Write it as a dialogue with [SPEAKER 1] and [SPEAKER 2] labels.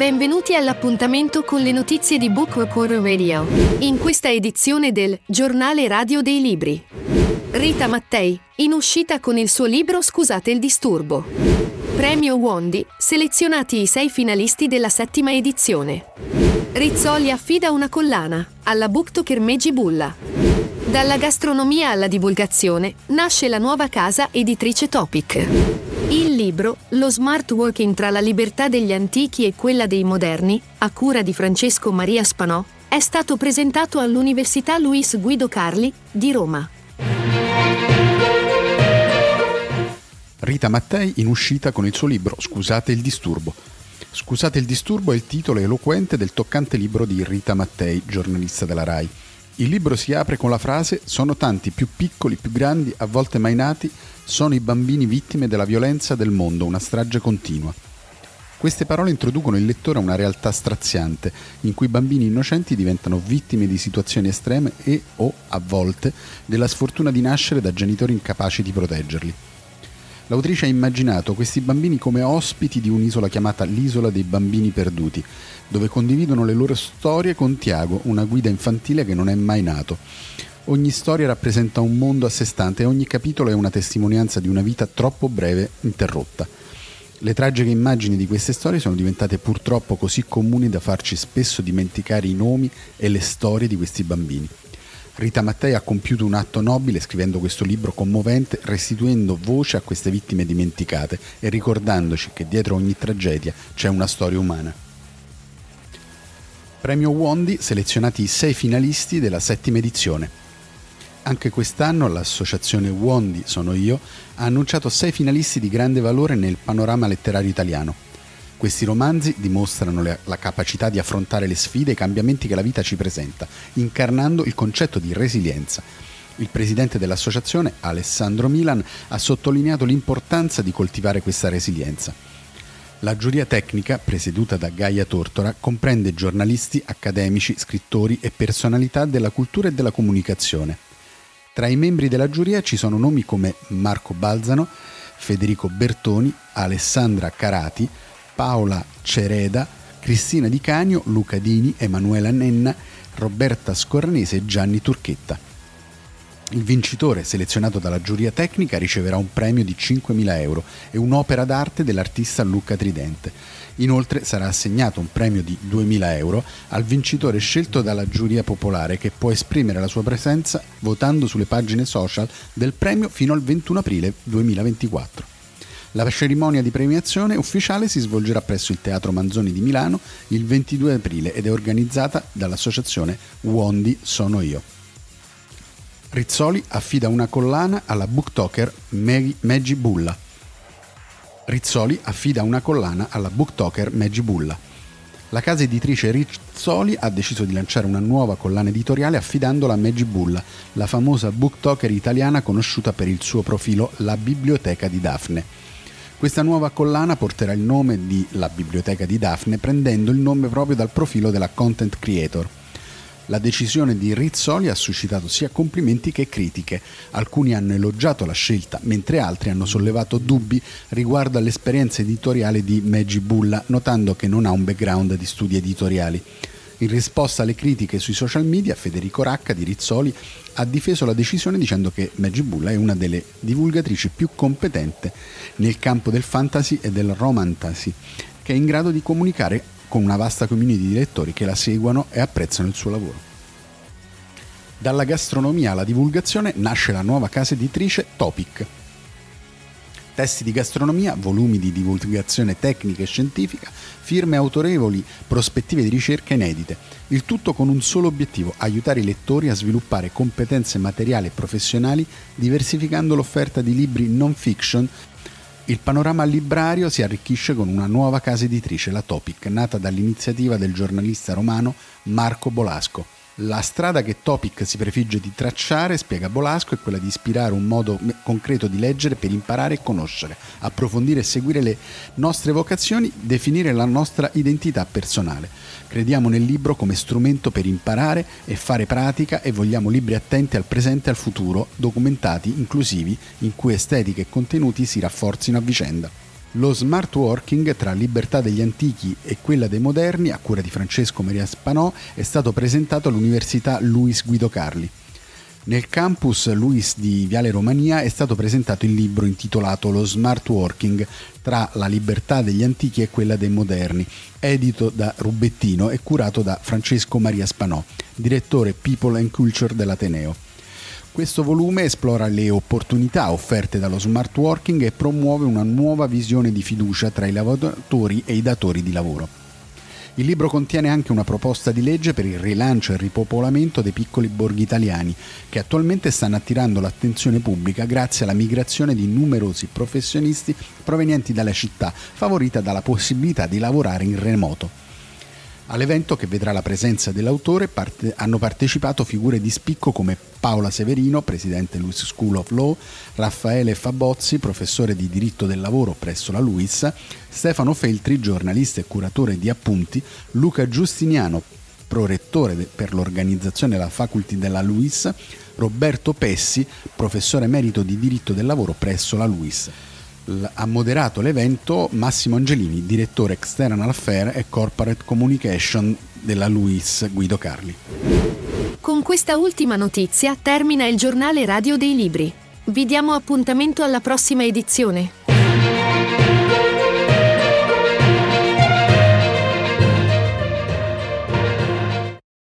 [SPEAKER 1] Benvenuti all'appuntamento con le notizie di Book Reporter Radio. In questa edizione del Giornale Radio dei Libri. Rita Mattei, in uscita con il suo libro Scusate il disturbo. Premio Wondy, selezionati i 6 finalisti della 7ª edizione. Rizzoli affida una collana alla Booktoker Meggi Bulla. Dalla gastronomia alla divulgazione nasce la nuova casa editrice Topic. Il libro Lo smart working tra la libertà degli antichi e quella dei moderni, a cura di Francesco Maria Spanò, è stato presentato all'Università Luis Guido Carli di Roma.
[SPEAKER 2] Rita Mattei in uscita con il suo libro Scusate il disturbo. Scusate il disturbo è il titolo eloquente del toccante libro di Rita Mattei, giornalista della RAI. Il libro si apre con la frase «Sono tanti, più piccoli, più grandi, a volte mai nati, sono i bambini vittime della violenza del mondo, una strage continua». Queste parole introducono il lettore a una realtà straziante, in cui bambini innocenti diventano vittime di situazioni estreme e, o, a volte, della sfortuna di nascere da genitori incapaci di proteggerli. L'autrice ha immaginato questi bambini come ospiti di un'isola chiamata l'Isola dei Bambini Perduti, dove condividono le loro storie con Tiago, una guida infantile che non è mai nato. Ogni storia rappresenta un mondo a sé stante e ogni capitolo è una testimonianza di una vita troppo breve interrotta. Le tragiche immagini di queste storie sono diventate purtroppo così comuni da farci spesso dimenticare i nomi e le storie di questi bambini. Rita Mattei ha compiuto un atto nobile scrivendo questo libro commovente, restituendo voce a queste vittime dimenticate e ricordandoci che dietro ogni tragedia c'è una storia umana. Premio Wondy, selezionati i 6 finalisti della 7ª edizione. Anche quest'anno l'associazione Wondy Sono Io ha annunciato 6 finalisti di grande valore nel panorama letterario italiano. Questi romanzi dimostrano la capacità di affrontare le sfide e i cambiamenti che la vita ci presenta, incarnando il concetto di resilienza. Il presidente dell'associazione, Alessandro Milan, ha sottolineato l'importanza di coltivare questa resilienza. La giuria tecnica, presieduta da Gaia Tortora, comprende giornalisti, accademici, scrittori e personalità della cultura e della comunicazione. Tra i membri della giuria ci sono nomi come Marco Balzano, Federico Bertoni, Alessandra Carati, Paola Cereda, Cristina Di Canio, Luca Dini, Emanuela Nenna, Roberta Scornese e Gianni Turchetta. Il vincitore, selezionato dalla giuria tecnica, riceverà un premio di 5.000 euro e un'opera d'arte dell'artista Luca Tridente. Inoltre sarà assegnato un premio di 2.000 euro al vincitore scelto dalla giuria popolare, che può esprimere la sua presenza votando sulle pagine social del premio fino al 21 aprile 2024. La cerimonia di premiazione ufficiale si svolgerà presso il Teatro Manzoni di Milano il 22 aprile ed è organizzata dall'associazione Wondy Sono Io. Rizzoli affida una collana alla booktoker Meggi Bulla. Rizzoli affida una collana alla booktoker Meggi Bulla. La casa editrice Rizzoli ha deciso di lanciare una nuova collana editoriale affidandola a Meggi Bulla, la famosa booktoker italiana conosciuta per il suo profilo La Biblioteca di Daphne. Questa nuova collana porterà il nome di La Biblioteca di Daphne, prendendo il nome proprio dal profilo della content creator. La decisione di Rizzoli ha suscitato sia complimenti che critiche. Alcuni hanno elogiato la scelta, mentre altri hanno sollevato dubbi riguardo all'esperienza editoriale di Meggi Bulla, notando che non ha un background di studi editoriali. In risposta alle critiche sui social media, Federico Racca di Rizzoli ha difeso la decisione dicendo che Meggi Bulla è una delle divulgatrici più competenti nel campo del fantasy e del romantasy, che è in grado di comunicare con una vasta community di lettori che la seguono e apprezzano il suo lavoro. Dalla gastronomia alla divulgazione nasce la nuova casa editrice Topic. Testi di gastronomia, volumi di divulgazione tecnica e scientifica, firme autorevoli, prospettive di ricerca inedite. Il tutto con un solo obiettivo: aiutare i lettori a sviluppare competenze materiali e professionali, diversificando l'offerta di libri non fiction. Il panorama librario si arricchisce con una nuova casa editrice, la Topic, nata dall'iniziativa del giornalista romano Marco Bolasco. La strada che Topic si prefigge di tracciare, spiega Bolasco, è quella di ispirare un modo concreto di leggere per imparare e conoscere, approfondire e seguire le nostre vocazioni, definire la nostra identità personale. Crediamo nel libro come strumento per imparare e fare pratica e vogliamo libri attenti al presente e al futuro, documentati, inclusivi, in cui estetica e contenuti si rafforzino a vicenda. Lo smart working tra libertà degli antichi e quella dei moderni, a cura di Francesco Maria Spanò, è stato presentato all'Università Luis Guido Carli. Nel campus Luis di Viale Romania è stato presentato il libro intitolato Lo smart working tra la libertà degli antichi e quella dei moderni, edito da Rubettino e curato da Francesco Maria Spanò, direttore People and Culture dell'Ateneo. Questo volume esplora le opportunità offerte dallo smart working e promuove una nuova visione di fiducia tra i lavoratori e i datori di lavoro. Il libro contiene anche una proposta di legge per il rilancio e il ripopolamento dei piccoli borghi italiani, che attualmente stanno attirando l'attenzione pubblica grazie alla migrazione di numerosi professionisti provenienti dalle città, favorita dalla possibilità di lavorare in remoto. All'evento, che vedrà la presenza dell'autore, hanno partecipato figure di spicco come Paola Severino, presidente Luis School of Law, Raffaele Fabozzi, professore di diritto del lavoro presso la Luis, Stefano Feltri, giornalista e curatore di appunti, Luca Giustiniano, prorettore per l'organizzazione della faculty della Luis, Roberto Pessi, professore emerito di diritto del lavoro presso la Luis. Ha moderato l'evento Massimo Angelini, direttore External Affairs e Corporate Communication della Luis Guido Carli.
[SPEAKER 1] Con questa ultima notizia termina il giornale radio dei libri. Vi diamo appuntamento alla prossima edizione.